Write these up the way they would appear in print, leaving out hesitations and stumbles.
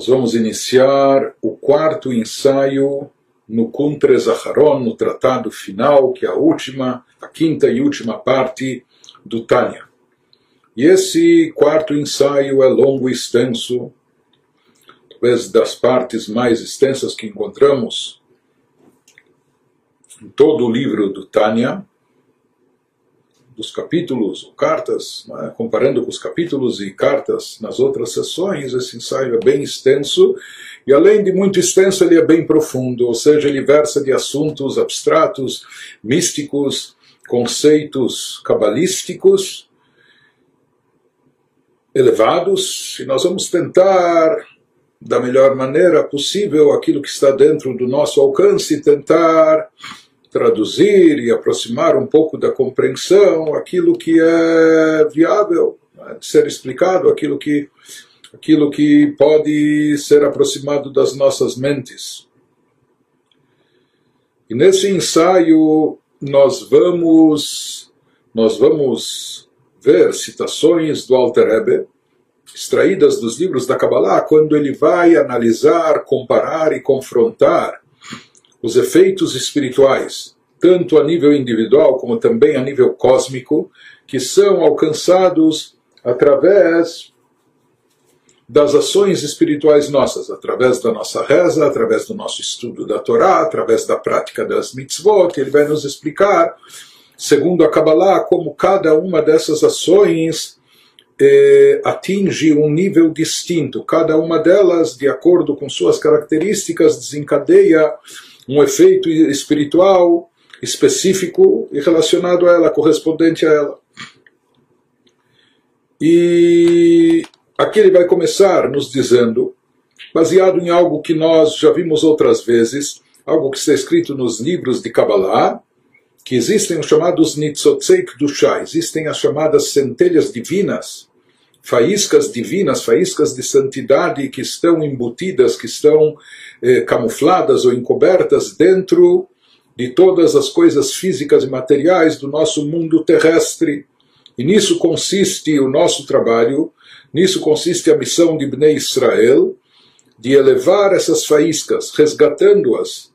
vamos iniciar o quarto ensaio no Kuntres Acharon, no tratado final, que é a quinta e última parte do Tânia. E esse quarto ensaio é longo e extenso, talvez das partes mais extensas que encontramos em todo o livro do Tânia, dos capítulos ou cartas, né? Comparando com os capítulos e cartas nas outras sessões, esse ensaio é bem extenso, e além de muito extenso, ele é bem profundo, ou seja, ele versa de assuntos abstratos, místicos, conceitos cabalísticos, elevados, e nós vamos tentar, da melhor maneira possível, aquilo que está dentro do nosso alcance, tentar traduzir e aproximar um pouco da compreensão aquilo que é viável, né, de ser explicado, aquilo que pode ser aproximado das nossas mentes. E nesse ensaio nós vamos ver citações do Alter Rebbe, extraídas dos livros da Kabbalah, quando ele vai analisar, comparar e confrontar os efeitos espirituais, tanto a nível individual como também a nível cósmico, que são alcançados através das ações espirituais nossas, através da nossa reza, através do nosso estudo da Torá, através da prática das mitzvot. Ele vai nos explicar, segundo a Kabbalah, como cada uma dessas ações atinge um nível distinto. Cada uma delas, de acordo com suas características, desencadeia um efeito espiritual específico e relacionado a ela, correspondente a ela. E aqui ele vai começar nos dizendo, baseado em algo que nós já vimos outras vezes, algo que está escrito nos livros de Kabbalah, que existem os chamados Nitzotzei Kedushá, existem as chamadas centelhas divinas, faíscas divinas, faíscas de santidade que estão embutidas, que estão camufladas ou encobertas dentro de todas as coisas físicas e materiais do nosso mundo terrestre. E nisso consiste o nosso trabalho, nisso consiste a missão de Bnei Israel, de elevar essas faíscas, resgatando-as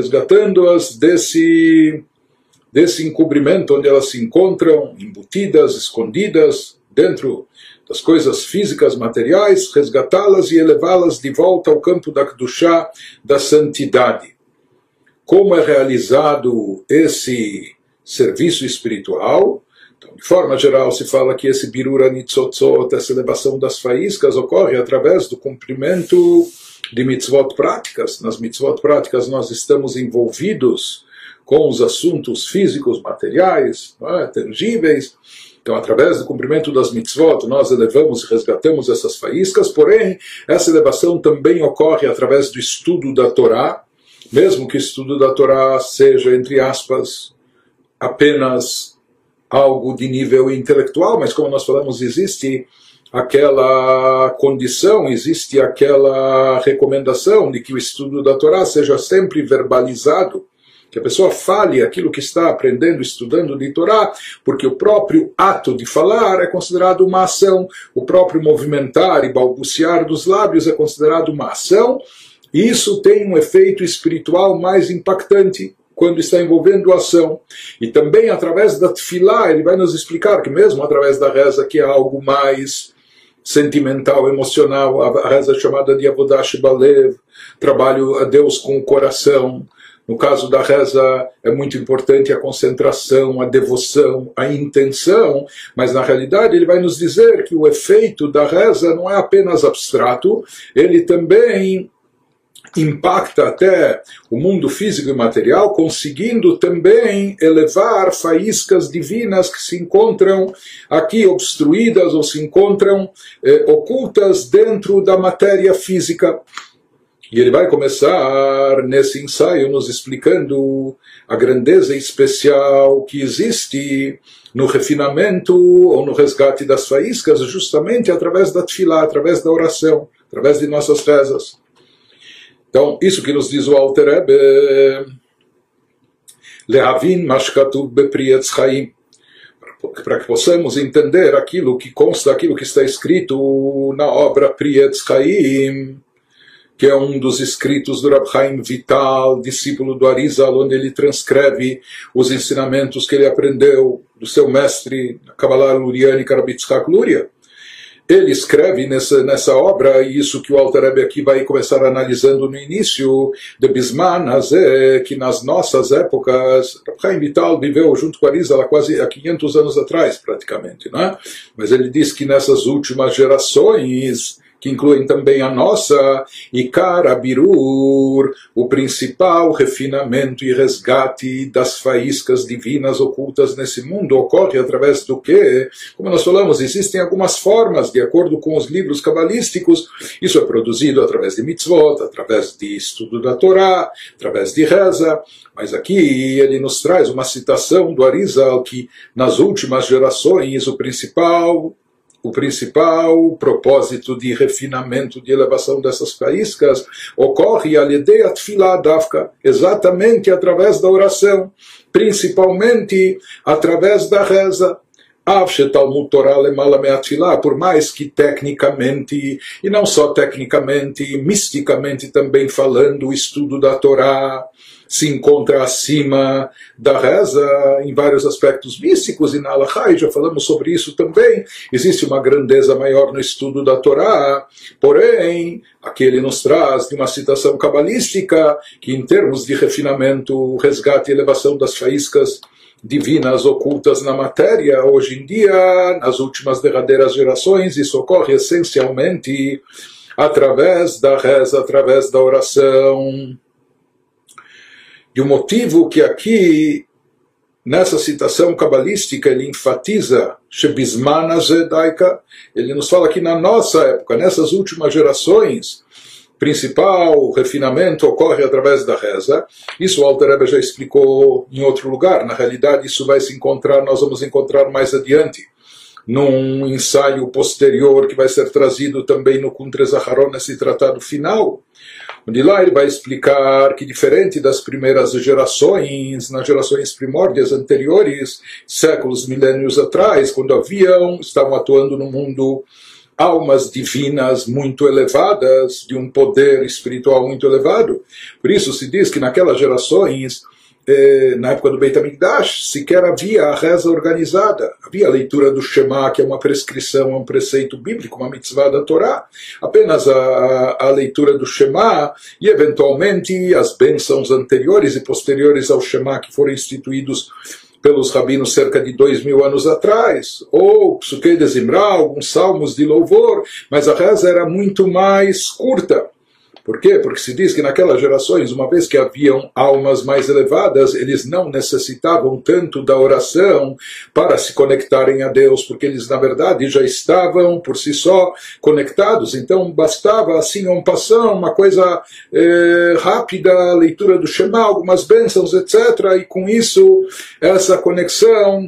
desse encobrimento onde elas se encontram, embutidas, escondidas, dentro das coisas físicas, materiais, resgatá-las e elevá-las de volta ao campo da Kedushá, da santidade. Como é realizado esse serviço espiritual? Então, de forma geral, se fala que esse birura nitzotzot, essa elevação das faíscas, ocorre através do cumprimento de mitzvot práticas. Nas mitzvot práticas nós estamos envolvidos com os assuntos físicos, materiais, tangíveis. Então, através do cumprimento das mitzvot, nós elevamos e resgatamos essas faíscas, porém, essa elevação também ocorre através do estudo da Torá, mesmo que o estudo da Torá seja, entre aspas, apenas algo de nível intelectual, mas como nós falamos, existe aquela condição, existe aquela recomendação de que o estudo da Torá seja sempre verbalizado, que a pessoa fale aquilo que está aprendendo, estudando de Torá, porque o próprio ato de falar é considerado uma ação, o próprio movimentar e balbuciar dos lábios é considerado uma ação, e isso tem um efeito espiritual mais impactante quando está envolvendo a ação. E também através da tefilá, ele vai nos explicar que mesmo através da reza, que é algo mais sentimental, emocional, a reza chamada de Avodah Shebalev, trabalho a Deus com o coração. No caso da reza é muito importante a concentração, a devoção, a intenção, mas na realidade ele vai nos dizer que o efeito da reza não é apenas abstrato, ele também impacta até o mundo físico e material, conseguindo também elevar faíscas divinas que se encontram aqui obstruídas ou se encontram ocultas dentro da matéria física. E ele vai começar nesse ensaio nos explicando a grandeza especial que existe no refinamento ou no resgate das faíscas, justamente através da tefilá, através da oração, através de nossas rezas. Então, isso que nos diz o Alter Rebbe, Lehavin mashkatuv bepri Etz Chaim, para que possamos entender aquilo que consta, aquilo que está escrito na obra Pri Etz Chaim, que é um dos escritos do Rab Chaim Vital, discípulo do Arizal, onde ele transcreve os ensinamentos que ele aprendeu do seu mestre, Kabbalah Lurianica, Rabbi Yitzhak Luria. Ele escreve nessa obra, e isso que o Alter Rebbe aqui vai começar analisando no início, de Bisman Hazé, que nas nossas épocas, Rab Chaim Vital viveu junto com Arizal há 500 anos atrás, praticamente, né? Mas ele diz que nessas últimas gerações, que incluem também a nossa, Ikar Abirur, o principal refinamento e resgate das faíscas divinas ocultas nesse mundo, ocorre através do quê? Como nós falamos, existem algumas formas, de acordo com os livros cabalísticos, isso é produzido através de mitzvot, através de estudo da Torá, através de reza, mas aqui ele nos traz uma citação do Arizal, que nas últimas gerações o principal propósito de refinamento, de elevação dessas faíscas ocorre al-yedei atfilah davka, exatamente através da oração, principalmente através da reza. Por mais que tecnicamente, e não só tecnicamente, misticamente também falando, o estudo da Torá se encontra acima da reza em vários aspectos místicos, e na Halachá, e já falamos sobre isso também, existe uma grandeza maior no estudo da Torá, porém, aqui ele nos traz de uma citação cabalística, que em termos de refinamento, resgate e elevação das faíscas divinas ocultas na matéria, hoje em dia, nas últimas derradeiras gerações, isso ocorre essencialmente através da reza, através da oração. E o motivo que aqui, nessa citação cabalística, ele enfatiza Shebizman Azedaika, ele nos fala que na nossa época, nessas últimas gerações, principal refinamento ocorre através da reza. Isso o Alter Rebbe já explicou em outro lugar. Na realidade, isso vai se encontrar, nós vamos encontrar mais adiante, num ensaio posterior que vai ser trazido também no Kuntres Aharon, nesse tratado final, onde lá ele vai explicar que, diferente das primeiras gerações, nas gerações primórdias anteriores, séculos, milênios atrás, quando estavam atuando no mundo almas divinas muito elevadas, de um poder espiritual muito elevado. Por isso se diz que naquelas gerações, na época do Beit HaMikdash, sequer havia a reza organizada. Havia a leitura do Shema, que é uma prescrição, é um preceito bíblico, uma mitzvah da Torá. Apenas a leitura do Shema e, eventualmente, as bênçãos anteriores e posteriores ao Shema, que foram instituídos pelos rabinos cerca de 2000 anos atrás, ou Psukei de Zimra, alguns salmos de louvor, mas a reza era muito mais curta. Por quê? Porque se diz que naquelas gerações, uma vez que haviam almas mais elevadas, eles não necessitavam tanto da oração para se conectarem a Deus, porque eles, na verdade, já estavam por si só conectados. Então, bastava, assim, um passão, uma coisa rápida, a leitura do Shema, algumas bênçãos, etc. E com isso, essa conexão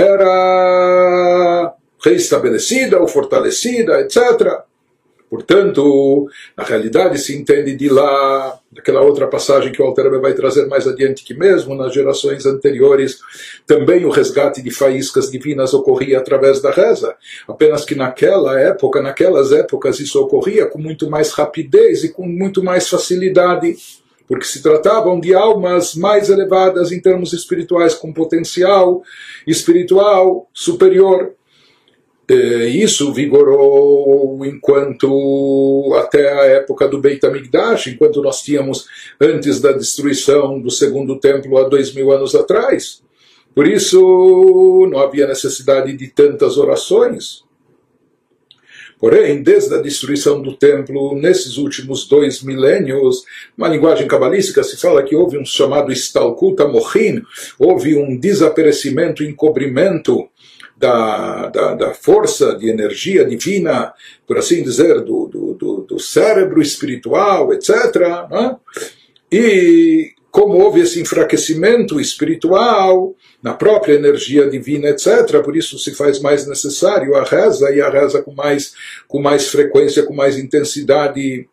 era reestabelecida ou fortalecida, etc. Portanto, na realidade se entende de lá, daquela outra passagem que o Alter Rebbe vai trazer mais adiante, que mesmo nas gerações anteriores, também o resgate de faíscas divinas ocorria através da reza. Apenas que naquelas épocas, isso ocorria com muito mais rapidez e com muito mais facilidade, porque se tratavam de almas mais elevadas em termos espirituais, com potencial espiritual superior. Isso vigorou até a época do Beit HaMikdash, enquanto nós tínhamos antes da destruição do segundo templo há 2000 anos atrás. Por isso não havia necessidade de tantas orações. Porém, desde a destruição do templo, nesses últimos 2 milênios, uma linguagem cabalística se fala que houve um chamado Istalkut HaMochin, houve um desaparecimento, encobrimento da força de energia divina, por assim dizer, do cérebro espiritual, etc. Né? E como houve esse enfraquecimento espiritual na própria energia divina, etc., por isso se faz mais necessário a reza, e a reza com mais frequência, com mais intensidade,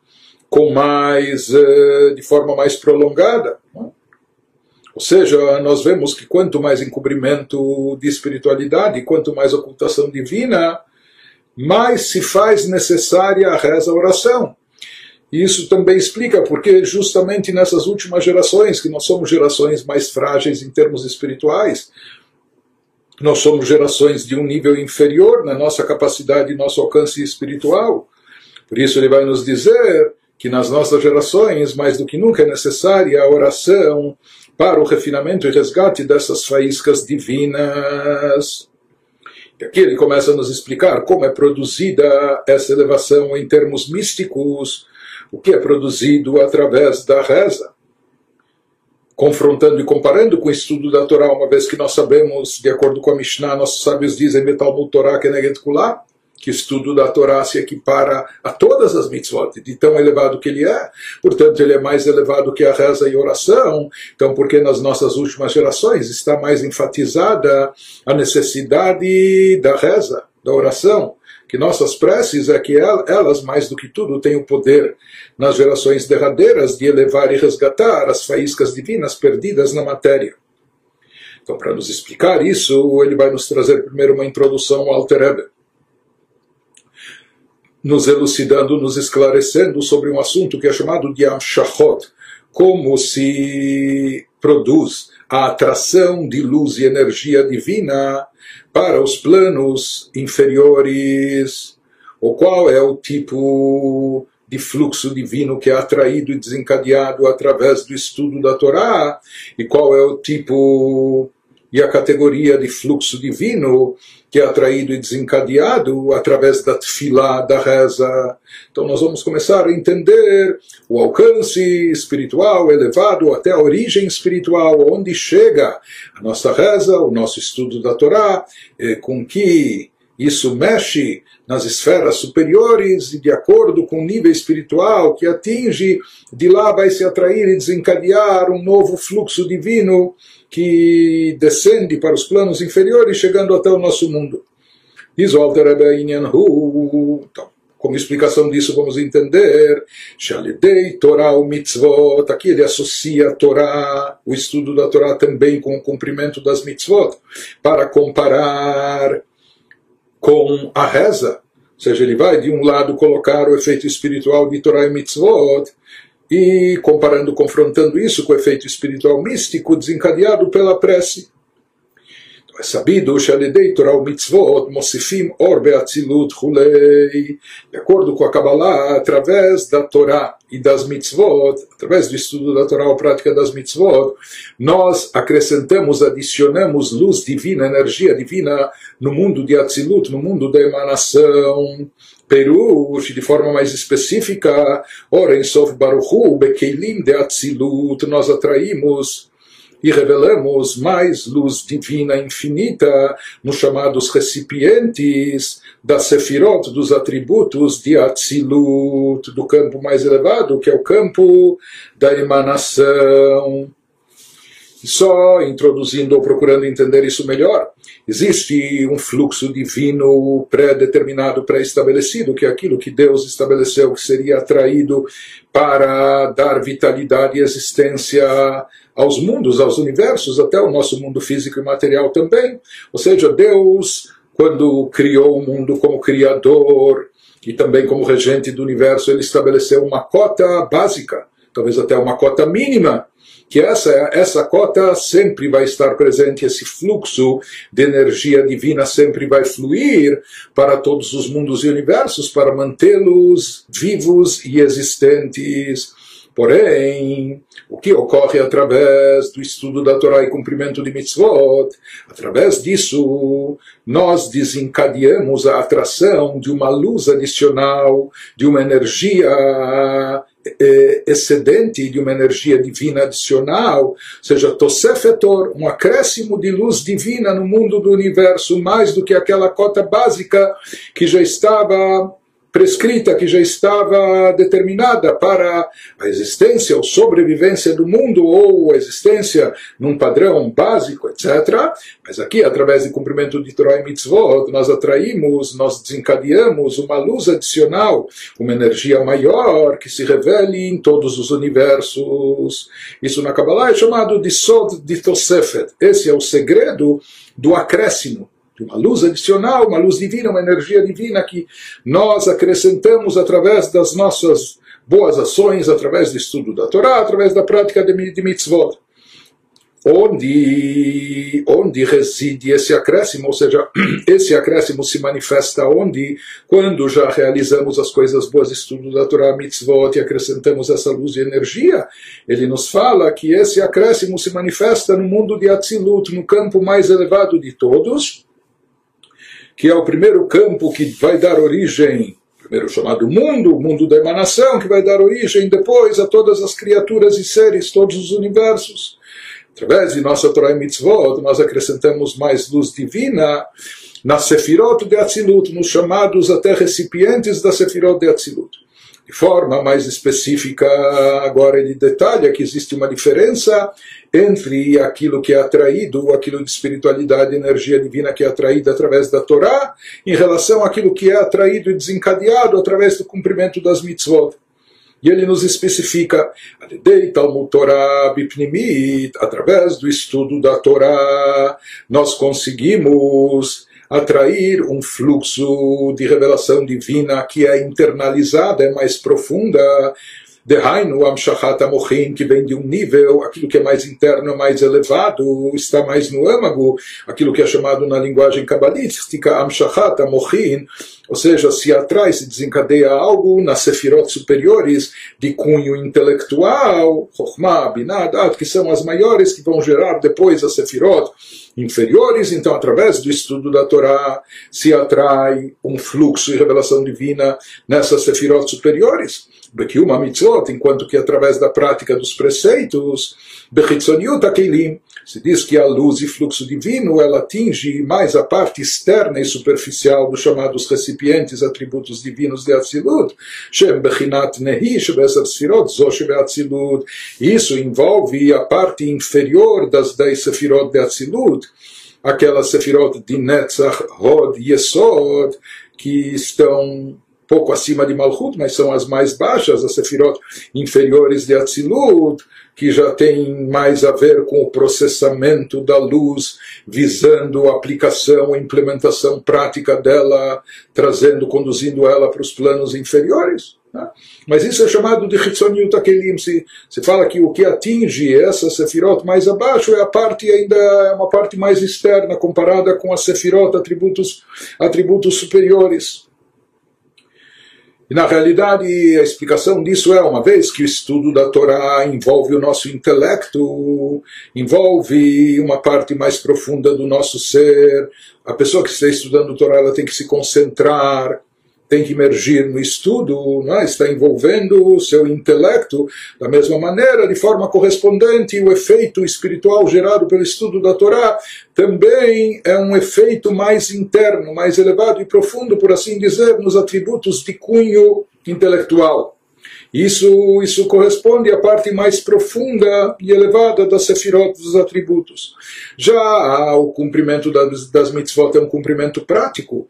de forma mais prolongada. Né? Ou seja, nós vemos que quanto mais encobrimento de espiritualidade, quanto mais ocultação divina, mais se faz necessária a reza, a oração. E isso também explica porque justamente nessas últimas gerações, que nós somos gerações mais frágeis em termos espirituais, nós somos gerações de um nível inferior na nossa capacidade e nosso alcance espiritual. Por isso ele vai nos dizer que nas nossas gerações, mais do que nunca, é necessária a oração para o refinamento e resgate dessas faíscas divinas. E aqui ele começa a nos explicar como é produzida essa elevação em termos místicos, o que é produzido através da reza, confrontando e comparando com o estudo da Torá, uma vez que nós sabemos, de acordo com a Mishnah, nossos sábios dizem Betalmud Torá Keneged Kulá, que o estudo da Torá se equipara a todas as mitzvot, de tão elevado que ele é, portanto ele é mais elevado que a reza e oração, então porque nas nossas últimas gerações está mais enfatizada a necessidade da reza, da oração, que nossas preces é que elas, mais do que tudo, têm o poder nas gerações derradeiras de elevar e resgatar as faíscas divinas perdidas na matéria. Então, para nos explicar isso, ele vai nos trazer primeiro uma introdução ao Alter Rebbe, nos elucidando, nos esclarecendo sobre um assunto que é chamado de Amshachot, como se produz a atração de luz e energia divina para os planos inferiores, ou qual é o tipo de fluxo divino que é atraído e desencadeado através do estudo da Torá, e qual é o tipo e a categoria de fluxo divino que é atraído e desencadeado através da tefilá, da reza. Então nós vamos começar a entender o alcance espiritual elevado até a origem espiritual, onde chega a nossa reza, o nosso estudo da Torá, com que isso mexe nas esferas superiores e de acordo com o nível espiritual que atinge, de lá vai se atrair e desencadear um novo fluxo divino que descende para os planos inferiores, chegando até o nosso mundo. Diz o Alter Rebbe Inyan Hu. Então, como explicação disso, vamos entender Shalidei Torah o Mitzvot. Aqui ele associa a Torá, o estudo da Torá também com o cumprimento das mitzvot, para comparar com a reza. Ou seja, ele vai de um lado colocar o efeito espiritual de Torá e mitzvot, e comparando, confrontando isso com o efeito espiritual místico desencadeado pela prece. Então é sabido, Shalidei Torah o Mitzvot, Mosifim Or Beatzilut Hulei. De acordo com a Kabbalah, através da Torá e das mitzvot, através do estudo da Torá ou prática das mitzvot, nós acrescentamos, adicionamos luz divina, energia divina no mundo de Atzilut, no mundo da emanação. Perush, de forma mais específica, Oren Sof Baruchu, Bekeilim de Atzilut, nós atraímos e revelamos mais luz divina infinita nos chamados recipientes das sefirot, dos atributos de Atzilut, do campo mais elevado, que é o campo da emanação. E só introduzindo ou procurando entender isso melhor, existe um fluxo divino pré-determinado, pré-estabelecido, que é aquilo que Deus estabeleceu que seria atraído para dar vitalidade e existência aos mundos, aos universos, até o nosso mundo físico e material também. Ou seja, Deus, quando criou o mundo como criador e também como regente do universo, ele estabeleceu uma cota básica, talvez até uma cota mínima, que essa cota sempre vai estar presente, esse fluxo de energia divina sempre vai fluir para todos os mundos e universos, para mantê-los vivos e existentes. Porém, o que ocorre através do estudo da Torá e cumprimento de mitzvot, através disso, nós desencadeamos a atração de uma luz adicional, de uma energia excedente, de uma energia divina adicional, ou seja, Tosefetor, um acréscimo de luz divina no mundo do universo, mais do que aquela cota básica que já estava prescrita, que já estava determinada para a existência ou sobrevivência do mundo, ou a existência num padrão básico, etc. Mas aqui, através do cumprimento de Torá e Mitzvot, nós atraímos, nós desencadeamos uma luz adicional, uma energia maior que se revele em todos os universos. Isso na Kabbalah é chamado de Sod de Tosefet. Esse é o segredo do acréscimo, uma luz adicional, uma luz divina, uma energia divina que nós acrescentamos através das nossas boas ações através do estudo da Torá, através da prática de mitzvot. Onde reside esse acréscimo, ou seja, esse acréscimo se manifesta onde? Quando já realizamos as coisas boas, estudo da Torá, mitzvot, e acrescentamos essa luz e energia, ele nos fala que esse acréscimo se manifesta no mundo de Atzilut, no campo mais elevado de todos, que é o primeiro campo que vai dar origem, primeiro chamado mundo, o mundo da emanação, que vai dar origem depois a todas as criaturas e seres, todos os universos. Através de nossa Torá e Mitzvot, nós acrescentamos mais luz divina na Sefirot de Atzilut, nos chamados até recipientes da Sefirot de Atzilut. De forma mais específica, agora ele detalha que existe uma diferença entre aquilo que é atraído, aquilo de espiritualidade, energia divina que é atraída através da Torá, em relação àquilo que é atraído e desencadeado através do cumprimento das mitzvot. E ele nos especifica, através do estudo da Torá, nós conseguimos atrair um fluxo de revelação divina que é internalizada, é mais profunda. Dehainu Amshachat Amochin, que vem de um nível, aquilo que é mais interno, mais elevado, está mais no âmago, aquilo que é chamado na linguagem cabalística Amshachat Amochin, ou seja, se atrai, se desencadeia algo nas sefirot superiores de cunho intelectual, Chokhmah, Binah, Dat, que são as maiores que vão gerar depois as sefirot inferiores. Então, através do estudo da Torá, se atrai um fluxo de revelação divina nessas sefirot superiores. Bekiuma mitzvot, enquanto que através da prática dos preceitos, bechitzoniut hakelim, se diz que a luz e fluxo divino ela atinge mais a parte externa e superficial dos chamados recipientes, atributos divinos de Atzilut, shem bechinat nehi shebesar sefirot zo shebeatzilut. Isso envolve a parte inferior das 10 sefirot de Atzilut, aquelas sefirot de Netzach, Hod, Yesod, que estão pouco acima de Malchut, mas são as mais baixas, as sefirot inferiores de Atzilut, que já tem mais a ver com o processamento da luz, visando a aplicação, a implementação prática dela, conduzindo ela para os planos inferiores. Né? Mas isso é chamado de Chitzoniut HaKelim. Se fala que o que atinge essa sefirot mais abaixo é a parte ainda é uma parte mais externa comparada com a sefirot, atributos superiores. E na realidade a explicação disso é, uma vez que o estudo da Torá envolve o nosso intelecto, envolve uma parte mais profunda do nosso ser, a pessoa que está estudando a Torá ela tem que se concentrar, tem que emergir no estudo, né? Está envolvendo o seu intelecto da mesma maneira, de forma correspondente. O efeito espiritual gerado pelo estudo da Torá também é um efeito mais interno, mais elevado e profundo, por assim dizer, nos atributos de cunho intelectual. Isso corresponde à parte mais profunda e elevada das sefirot, dos atributos. Já o cumprimento das mitzvot é um cumprimento prático,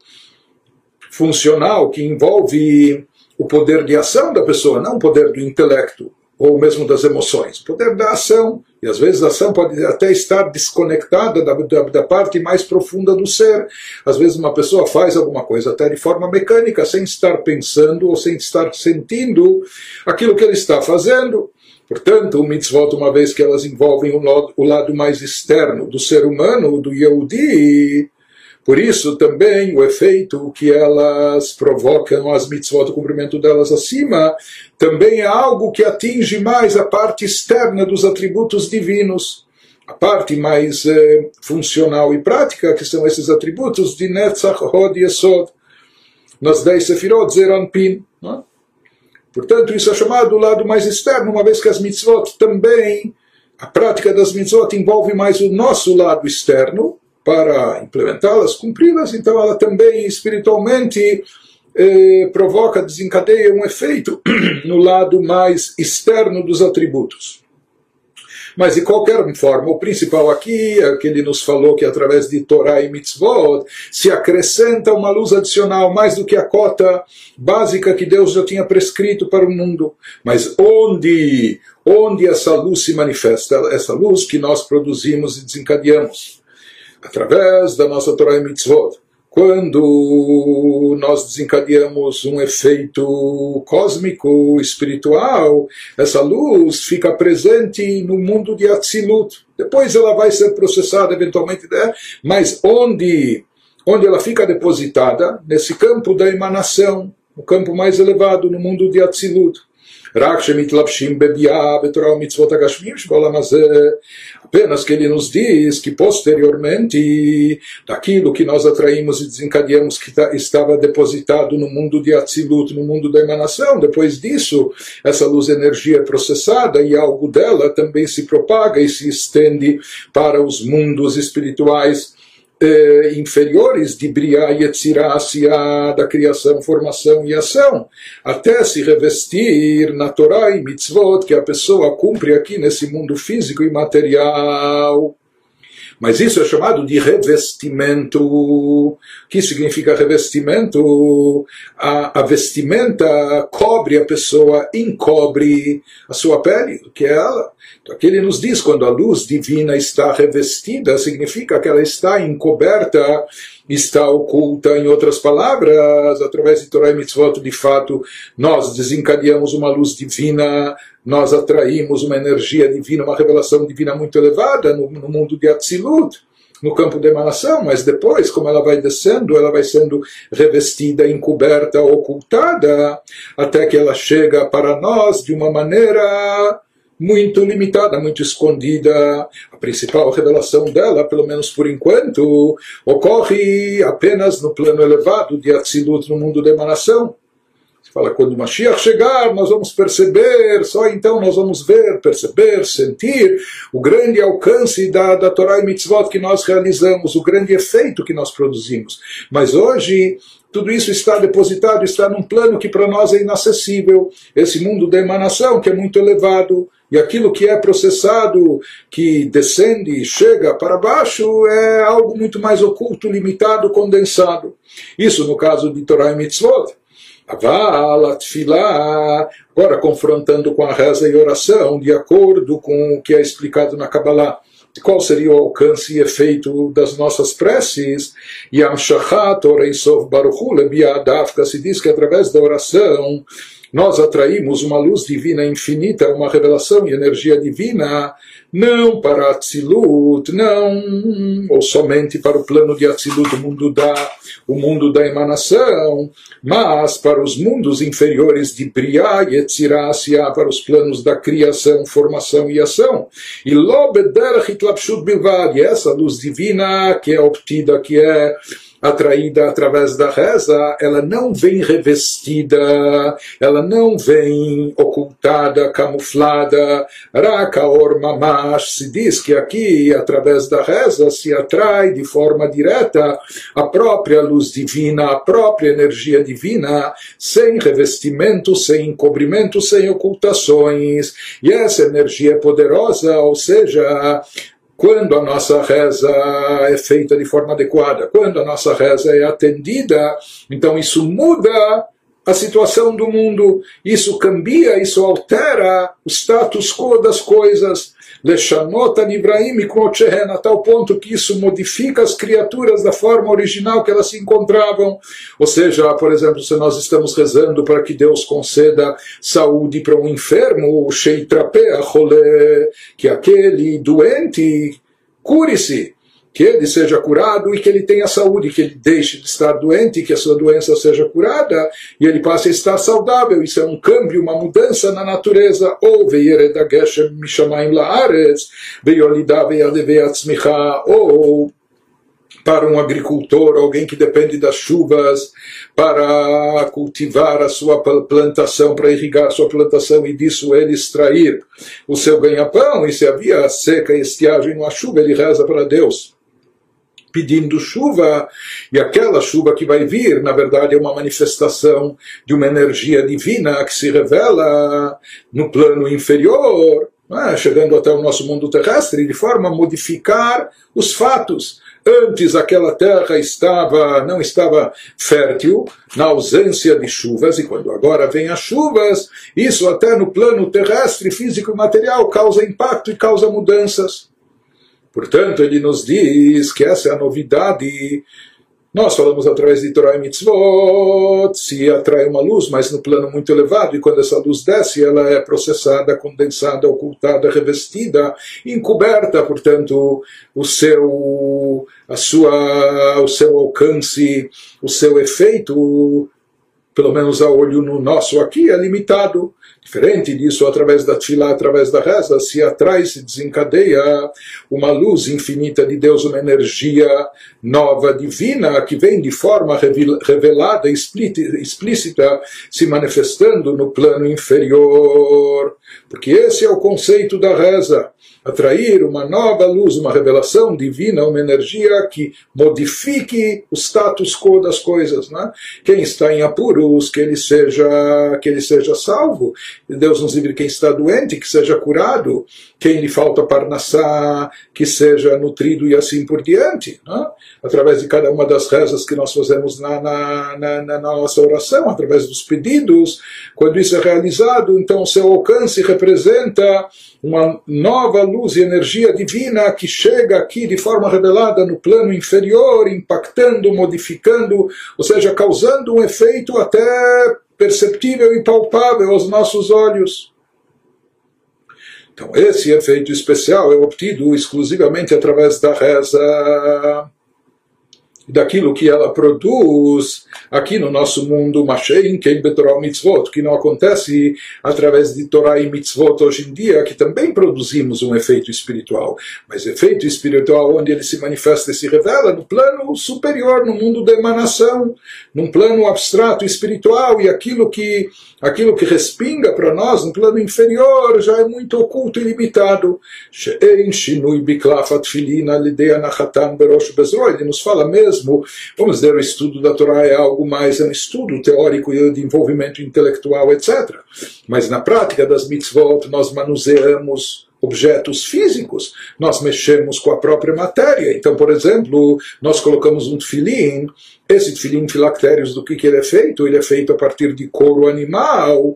funcional, que envolve o poder de ação da pessoa, não o poder do intelecto, ou mesmo das emoções. O poder da ação, e às vezes a ação pode até estar desconectada da parte mais profunda do ser. Às vezes uma pessoa faz alguma coisa até de forma mecânica, sem estar pensando ou sem estar sentindo aquilo que ele está fazendo. Portanto, o mitzvot, uma vez que elas envolvem o lado mais externo do ser humano, do Yehudi, por isso também o efeito que elas provocam, as mitzvot, o cumprimento delas acima, também é algo que atinge mais a parte externa dos atributos divinos. A parte mais funcional e prática, que são esses atributos de Netzach, Hod e Yesod, nas 10 sefirot, Zeranpin. Portanto, isso é chamado o lado mais externo, uma vez que as mitzvot também, a prática das mitzvot envolve mais o nosso lado externo, para implementá-las, cumpri-las, então ela também espiritualmente provoca, desencadeia um efeito no lado mais externo dos atributos. Mas, de qualquer forma, o principal aqui é que ele nos falou que através de Torá e Mitzvot se acrescenta uma luz adicional, mais do que a cota básica que Deus já tinha prescrito para o mundo. Mas onde essa luz se manifesta? Essa luz que nós produzimos e desencadeamos através da nossa Torá e Mitzvot. quando nós desencadeamos um efeito cósmico, espiritual, essa luz fica presente no mundo de Atzilut. Depois ela vai ser processada eventualmente, né? Mas onde ela fica depositada? Nesse campo da emanação, o campo mais elevado, no mundo de Atzilut. Apenas que ele nos diz que posteriormente daquilo que nós atraímos e desencadeamos que estava depositado no mundo de Atzilut, no mundo da emanação, depois disso essa luz energia é processada e algo dela também se propaga e se estende para os mundos espirituais inferiores de Briá e Yetzirá, da criação, formação e ação, até se revestir na Torá e Mitzvot que a pessoa cumpre aqui nesse mundo físico e material. Mas isso é chamado de revestimento. O que significa revestimento? A vestimenta cobre a pessoa, encobre a sua pele, que é ela. Então aqui ele nos diz, quando a luz divina está revestida, significa que ela está encoberta, está oculta. Em outras palavras, através de Torá e Mitzvot, de fato, nós desencadeamos uma luz divina, nós atraímos uma energia divina, uma revelação divina muito elevada no mundo de Atzilut, no campo de emanação, mas depois, como ela vai descendo, ela vai sendo revestida, encoberta, ocultada, até que ela chega para nós de uma maneira muito limitada, muito escondida. A principal revelação dela, pelo menos por enquanto, ocorre apenas no plano elevado de Atzilut, no mundo da emanação. Fala, quando o Mashiach chegar, nós vamos perceber, só então nós vamos ver, perceber, sentir o grande alcance da Torá e Mitzvot que nós realizamos, o grande efeito que nós produzimos. Mas hoje, tudo isso está depositado, está num plano que para nós é inacessível. Esse mundo da emanação, que é muito elevado, e aquilo que é processado, que descende e chega para baixo, é algo muito mais oculto, limitado, condensado. Isso no caso de Torá e Mitzvot. Aval, Atfilá, agora confrontando com a reza e oração, de acordo com o que é explicado na Kabbalah, qual seria o alcance e efeito das nossas preces, Yam Shachat, Oreisov Baruchu, Lebiadafka, se diz que através da oração nós atraímos uma luz divina infinita, uma revelação e energia divina, não para Atzilut, não, ou somente para o plano de Atzilut, o mundo da emanação, mas para os mundos inferiores de Briá e Yetzirá, para os planos da criação, formação e ação. E Lobederach Hitlapshut Bilvad, e essa luz divina que é obtida, que é atraída através da reza, ela não vem revestida, ela não vem ocultada, camuflada. Rakaor Mamash, se diz que aqui, através da reza, se atrai de forma direta a própria luz divina, a própria energia divina, sem revestimento, sem encobrimento, sem ocultações. E essa energia é poderosa, ou seja, quando a nossa reza é feita de forma adequada, quando a nossa reza é atendida, então isso muda a situação do mundo, isso cambia, isso altera o status quo das coisas. Leshanot Anivraim Mikmotchehen, a tal ponto que isso modifica as criaturas da forma original que elas se encontravam. Ou seja, por exemplo, se nós estamos rezando para que Deus conceda saúde para um enfermo, que aquele doente cure-se, que ele seja curado e que ele tenha saúde, que ele deixe de estar doente, que a sua doença seja curada e ele passe a estar saudável. Isso é um câmbio, uma mudança na natureza. Ou ou para um agricultor, alguém que depende das chuvas para cultivar a sua plantação, para irrigar a sua plantação e disso ele extrair o seu ganha-pão. E se havia seca e estiagem, não há chuva, ele reza para Deus pedindo chuva, e aquela chuva que vai vir, na verdade, é uma manifestação de uma energia divina que se revela no plano inferior, chegando até o nosso mundo terrestre, de forma a modificar os fatos. Antes aquela terra não estava fértil, na ausência de chuvas, e quando agora vem as chuvas, isso até no plano terrestre, físico e material, causa impacto e causa mudanças. Portanto, ele nos diz que essa é a novidade Nós falamos através de Torah e Mitzvot, se atrai uma luz, mas no plano muito elevado, e quando essa luz desce, ela é processada, condensada, ocultada, revestida, encoberta, portanto, o seu alcance, o seu efeito, pelo menos a olho no nosso aqui, é limitado. Diferente disso, através da tefilá, através da reza, se atrai, se desencadeia uma luz infinita de Deus, uma energia nova, divina, que vem de forma revelada, explícita, se manifestando no plano inferior. Porque esse é o conceito da reza. Atrair uma nova luz, uma revelação divina, uma energia que modifique o status quo das coisas, né? Quem está em apuros, que ele seja salvo. Deus nos livre, quem está doente, que seja curado. Quem lhe falta parnassá, que seja nutrido e assim por diante, né? Através de cada uma das rezas que nós fazemos na nossa oração, através dos pedidos, quando isso é realizado, então o seu alcance representa uma nova luz e energia divina que chega aqui de forma revelada no plano inferior, impactando, modificando, ou seja, causando um efeito até perceptível e palpável aos nossos olhos. Então esse efeito especial é obtido exclusivamente através da reza, daquilo que ela produz aqui no nosso mundo, que não acontece através de Torá e Mitzvot hoje em dia, que também produzimos um efeito espiritual, mas efeito espiritual onde ele se manifesta e se revela no plano superior, no mundo da emanação, num plano abstrato espiritual, e aquilo que respinga para nós no plano inferior já é muito oculto e limitado. Ele nos fala mesmo, vamos dizer, o estudo da Torá é algo mais, é um estudo teórico e de envolvimento intelectual, etc. Mas na prática das mitzvot nós manuseamos objetos físicos, nós mexemos com a própria matéria. Então, por exemplo, nós colocamos um tefilim, esse tefilim filactérios, do que ele é feito? Ele é feito a partir de couro animal,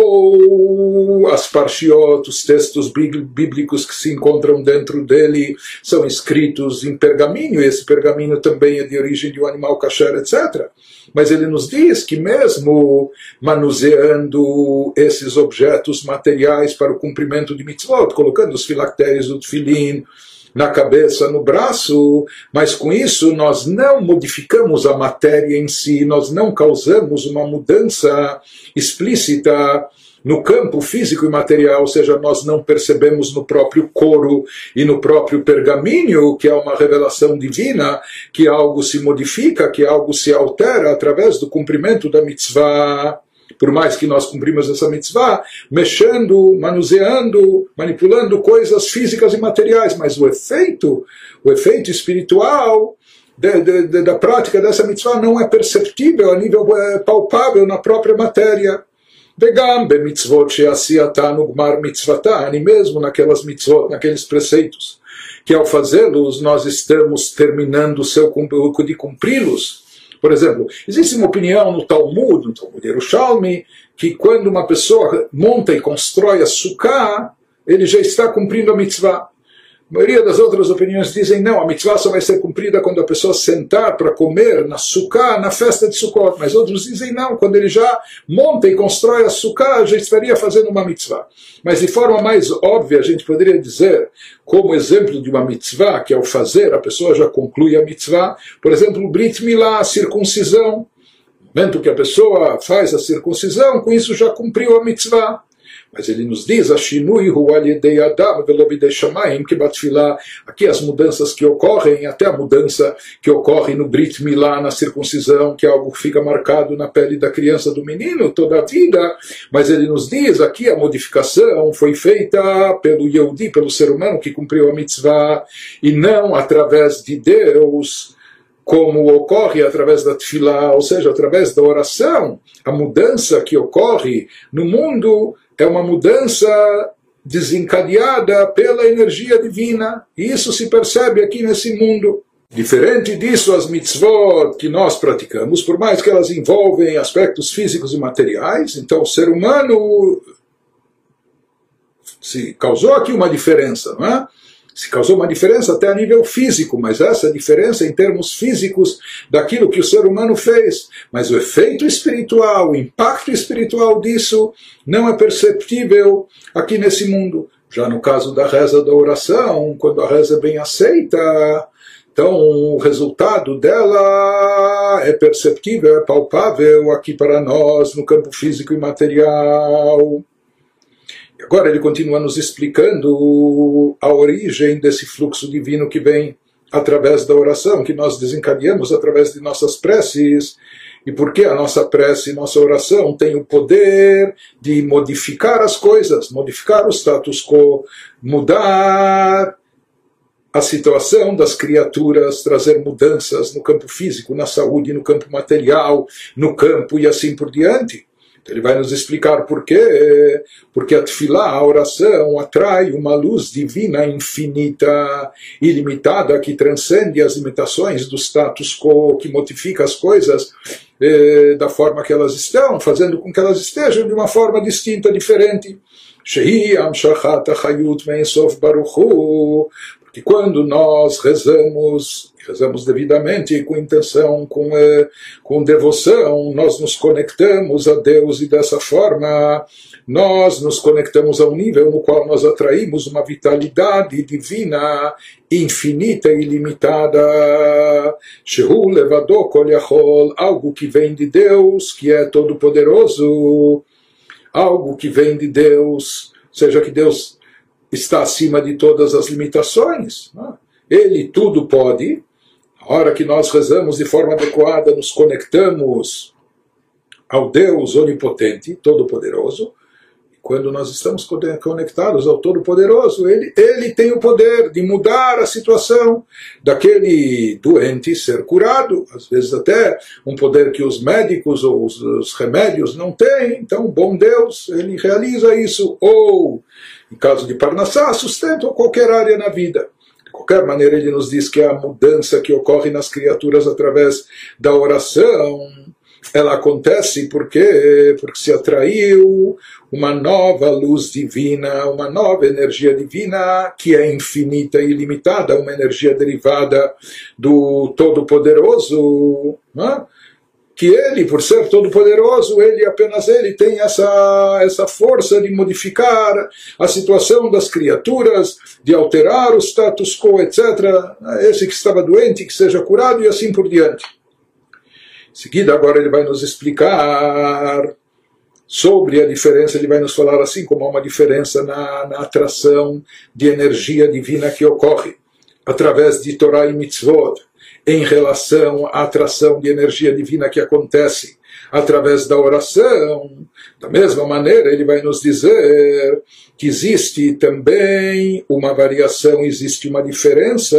ou as parshiot, os textos bíblicos que se encontram dentro dele, são escritos em pergaminho, e esse pergaminho também é de origem de um animal kasher, etc. Mas ele nos diz que mesmo manuseando esses objetos materiais para o cumprimento de mitzvot, colocando os filactérios do tefilim na cabeça, no braço, mas com isso nós não modificamos a matéria em si, nós não causamos uma mudança explícita no campo físico e material, ou seja, nós não percebemos no próprio couro e no próprio pergaminho que é uma revelação divina, que algo se modifica, que algo se altera através do cumprimento da mitzvah. Por mais que nós cumprimos essa mitzvah, mexendo, manuseando, manipulando coisas físicas e materiais, mas o efeito espiritual da prática dessa mitzvah não é perceptível a nível palpável na própria matéria. וגם במצוות שעשייתן וגמר מצוותן, e mesmo naquelas mitzvot, naqueles preceitos, que ao fazê-los nós estamos terminando o seu de cumpri-los. Por exemplo, existe uma opinião no Talmud Yerushalmi, que quando uma pessoa monta e constrói a sukkah, ele já está cumprindo a mitzvah. A maioria das outras opiniões dizem não, a mitzvah só vai ser cumprida quando a pessoa sentar para comer na sukkah, na festa de Sukkot. Mas outros dizem não, quando ele já monta e constrói a sukkah, já estaria fazendo uma mitzvah. Mas de forma mais óbvia, a gente poderia dizer, como exemplo de uma mitzvah, que ao fazer a pessoa já conclui a mitzvah, por exemplo, o Brit Milá, a circuncisão. No momento que a pessoa faz a circuncisão, com isso já cumpriu a mitzvah. Mas ele nos diz, aqui as mudanças que ocorrem, até a mudança que ocorre no Brit Milá, na circuncisão, que é algo que fica marcado na pele da criança, do menino, toda a vida. Mas ele nos diz, aqui a modificação foi feita pelo Yehudi, pelo ser humano que cumpriu a mitzvah, e não através de Deus, como ocorre através da tefilá, ou seja, através da oração. A mudança que ocorre no mundo é uma mudança desencadeada pela energia divina. E isso se percebe aqui nesse mundo. Diferente disso, as mitzvot que nós praticamos, por mais que elas envolvem aspectos físicos e materiais, então o ser humano se causou aqui uma diferença, não é? Se causou uma diferença até a nível físico, mas essa diferença em termos físicos daquilo que o ser humano fez. Mas o efeito espiritual, o impacto espiritual disso não é perceptível aqui nesse mundo. Já no caso da reza da oração, quando a reza é bem aceita, então o resultado dela é perceptível, é palpável aqui para nós, no campo físico e material. E agora ele continua nos explicando a origem desse fluxo divino que vem através da oração, que nós desencadeamos através de nossas preces, e por que a nossa prece, nossa oração tem o poder de modificar as coisas, modificar o status quo, mudar a situação das criaturas, trazer mudanças no campo físico, na saúde, no campo material, no campo e assim por diante. Então ele vai nos explicar por quê. Porque a tefilá, a oração, atrai uma luz divina infinita, ilimitada, que transcende as limitações do status quo, que modifica as coisas da forma que elas estão, fazendo com que elas estejam de uma forma distinta, diferente. Shehi Amshachat Achayut Mein Sof Baruch Hu. Porque quando nós rezamos devidamente, com intenção, com devoção, nós nos conectamos a Deus e dessa forma nós nos conectamos a um nível no qual nós atraímos uma vitalidade divina, infinita e ilimitada. Shehu levado kol yachol, algo que vem de Deus, que é todo-poderoso, algo que vem de Deus, ou seja, que Deus está acima de todas as limitações. Ele tudo pode. A hora que nós rezamos de forma adequada, nos conectamos ao Deus onipotente, todo-poderoso. E quando nós estamos conectados ao todo-poderoso, ele tem o poder de mudar a situação daquele doente ser curado. Às vezes até um poder que os médicos ou os remédios não têm. Então, o bom Deus, ele realiza isso. Ou, em caso de Parnassá, sustenta qualquer área na vida. De qualquer maneira, ele nos diz que a mudança que ocorre nas criaturas através da oração, ela acontece porque se atraiu uma nova luz divina, uma nova energia divina que é infinita e ilimitada, uma energia derivada do Todo-Poderoso, né? Que ele, por ser todo-poderoso, apenas ele tem essa força de modificar a situação das criaturas, de alterar o status quo, etc. Esse que estava doente, que seja curado e assim por diante. Em seguida, agora ele vai nos explicar sobre a diferença, ele vai nos falar assim como há uma diferença na atração de energia divina que ocorre através de Torá e Mitzvot, em relação à atração de energia divina que acontece através da oração. Da mesma maneira, ele vai nos dizer que existe também uma variação, existe uma diferença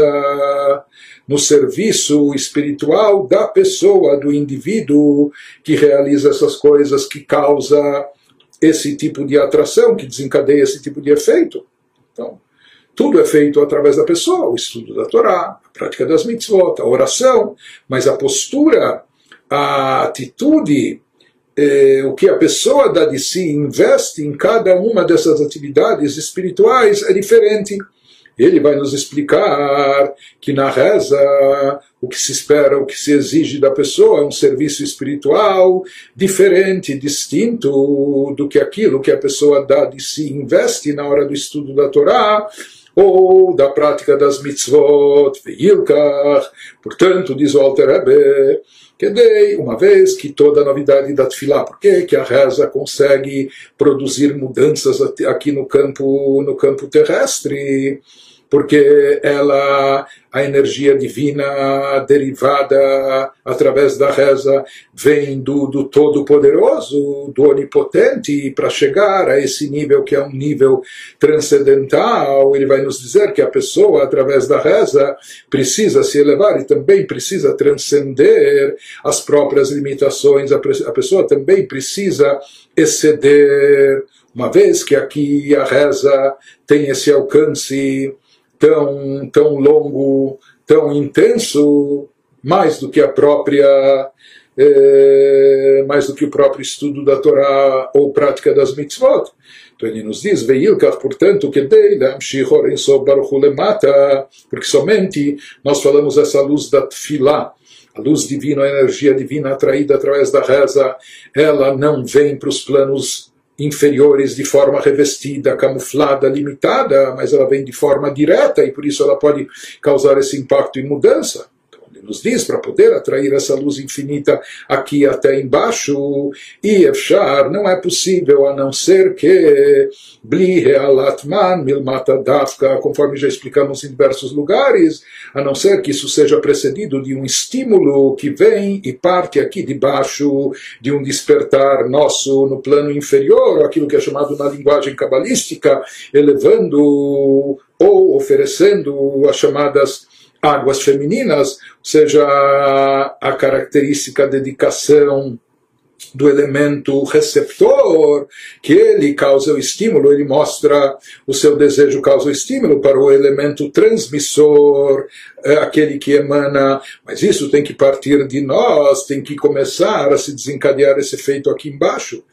no serviço espiritual da pessoa, do indivíduo que realiza essas coisas, que causa esse tipo de atração, que desencadeia esse tipo de efeito. Então, tudo é feito através da pessoa, o estudo da Torá, a prática das mitzvot, a oração, mas a postura, a atitude, o que a pessoa dá de si, investe em cada uma dessas atividades espirituais é diferente. Ele vai nos explicar que na reza o que se espera, o que se exige da pessoa é um serviço espiritual diferente, distinto do que aquilo que a pessoa dá de si, investe na hora do estudo da Torá, ou da prática das mitzvot, veilkach. Portanto, diz o Alter Rebbe, que dei uma vez que toda a novidade da tefilá, por que a reza consegue produzir mudanças aqui no campo terrestre? Porque a energia divina derivada através da reza vem do Todo-Poderoso, do Onipotente, para chegar a esse nível que é um nível transcendental. Ele vai nos dizer que a pessoa, através da reza, precisa se elevar e também precisa transcender as próprias limitações. A pessoa também precisa exceder, uma vez que aqui a reza tem esse alcance tão longo, tão intenso, mais do que a própria mais do que o próprio estudo da Torá ou prática das mitzvot. Então ele nos diz, Veilkach, portanto, que porque somente nós falamos essa luz da tefilá, a luz divina, a energia divina atraída através da reza, ela não vem para os planos inferiores de forma revestida, camuflada, limitada, mas ela vem de forma direta e por isso ela pode causar esse impacto e mudança. Nos diz para poder atrair essa luz infinita aqui até embaixo, e Efshar não é possível a não ser que Bli Realatman Milmata Dafka, conforme já explicamos em diversos lugares, a não ser que isso seja precedido de um estímulo que vem e parte aqui de baixo, de um despertar nosso no plano inferior, aquilo que é chamado na linguagem cabalística, elevando ou oferecendo as chamadas águas femininas, ou seja, a característica dedicação do elemento receptor, que ele causa o estímulo, ele mostra o seu desejo, causa o estímulo para o elemento transmissor, aquele que emana, mas isso tem que partir de nós, tem que começar a se desencadear esse efeito aqui embaixo.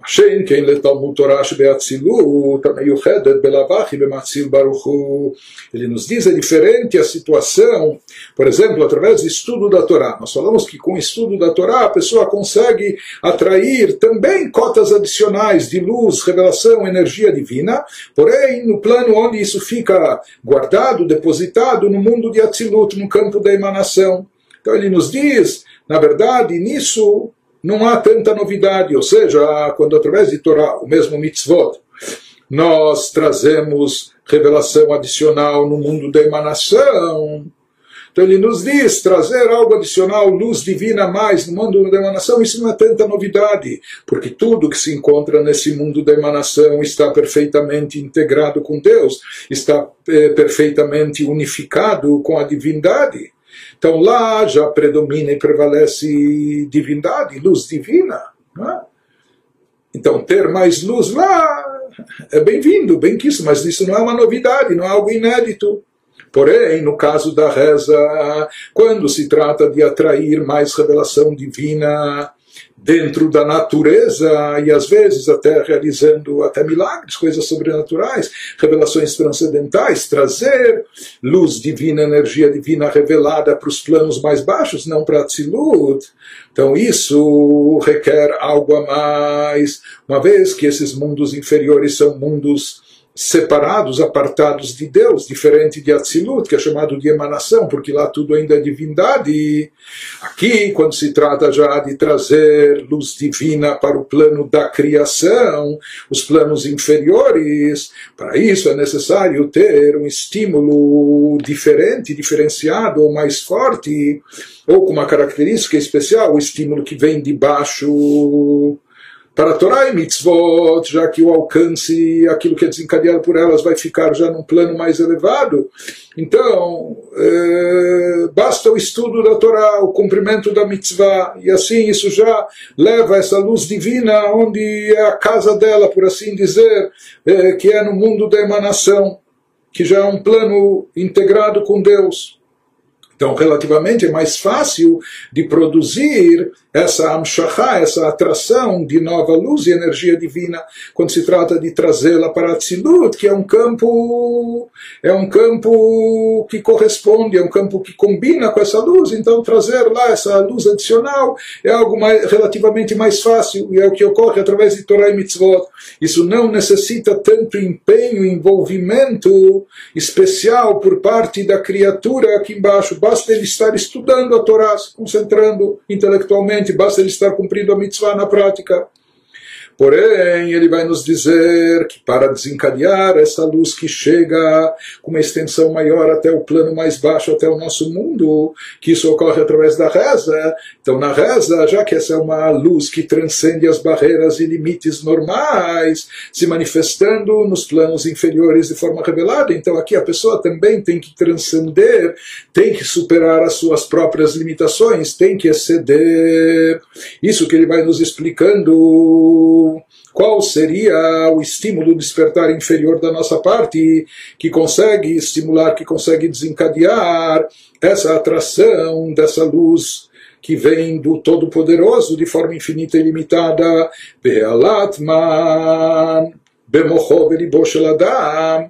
Ele nos diz, é diferente a situação, por exemplo, através do estudo da Torá. Nós falamos que com o estudo da Torá a pessoa consegue atrair também cotas adicionais de luz, revelação, energia divina, porém no plano onde isso fica guardado, depositado no mundo de Atzilut, no campo da emanação. Então ele nos diz, na verdade, nisso não há tanta novidade, ou seja, quando através de Torá, o mesmo mitzvot, nós trazemos revelação adicional no mundo da emanação, então ele nos diz, trazer algo adicional, luz divina a mais no mundo da emanação, isso não é tanta novidade, porque tudo que se encontra nesse mundo da emanação está perfeitamente integrado com Deus, está perfeitamente unificado com a divindade. Então lá já predomina e prevalece divindade, luz divina. Não é? Então ter mais luz lá é bem-vindo, bem quisto, mas isso não é uma novidade, não é algo inédito. Porém, no caso da reza, quando se trata de atrair mais revelação divina dentro da natureza, e às vezes até realizando até milagres, coisas sobrenaturais, revelações transcendentais, trazer luz divina, energia divina revelada para os planos mais baixos, não para Atzilut. Então isso requer algo a mais, uma vez que esses mundos inferiores são mundos separados, apartados de Deus, diferente de Atzilut, que é chamado de emanação, porque lá tudo ainda é divindade. Aqui, quando se trata já de trazer luz divina para o plano da criação, os planos inferiores, para isso é necessário ter um estímulo diferente, diferenciado ou mais forte, ou com uma característica especial, o estímulo que vem de baixo. Para a Torá e mitzvot, já que o alcance, aquilo que é desencadeado por elas, vai ficar já num plano mais elevado. Então, basta o estudo da Torá, o cumprimento da mitzvah, e assim isso já leva essa luz divina, onde é a casa dela, por assim dizer, que é no mundo da emanação, que já é um plano integrado com Deus. Então, relativamente, é mais fácil de produzir essa amshachá, essa atração de nova luz e energia divina, quando se trata de trazê-la para Atzilut, que é um campo que corresponde, é um campo que combina com essa luz. Então, trazer lá essa luz adicional é algo relativamente mais fácil, e é o que ocorre através de Torá e Mitzvot. Isso não necessita tanto empenho, envolvimento especial por parte da criatura aqui embaixo. Basta ele estar estudando a Torá, se concentrando intelectualmente, basta ele estar cumprindo a mitzvah na prática. Porém, ele vai nos dizer que para desencadear essa luz que chega com uma extensão maior até o plano mais baixo, até o nosso mundo, que isso ocorre através da reza. Então, na reza, já que essa é uma luz que transcende as barreiras e limites normais, se manifestando nos planos inferiores de forma revelada, então aqui a pessoa também tem que transcender, tem que superar as suas próprias limitações, tem que exceder. Isso que ele vai nos explicando. Qual seria o estímulo despertar inferior da nossa parte que consegue estimular, que consegue desencadear essa atração dessa luz que vem do Todo-Poderoso de forma infinita e ilimitada. Be'alatman במוחו בליבו של אדם,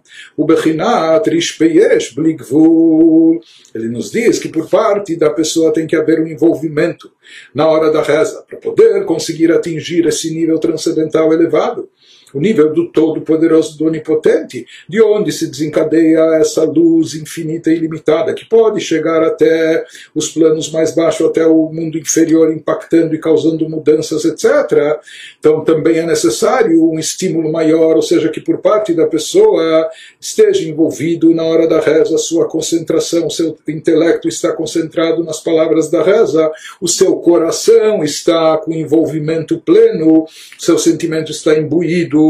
ובחינת רשפי אש בלי גבול. Ele nos diz que por parte da pessoa tem que haver um envolvimento na hora da reza, para poder conseguir atingir esse nível transcendental elevado, o nível do Todo-Poderoso, do Onipotente, de onde se desencadeia essa luz infinita e ilimitada, que pode chegar até os planos mais baixos, até o mundo inferior, impactando e causando mudanças, etc. Então também é necessário um estímulo maior, ou seja, que por parte da pessoa esteja envolvido na hora da reza, a sua concentração, o seu intelecto está concentrado nas palavras da reza, o seu coração está com envolvimento pleno, seu sentimento está imbuído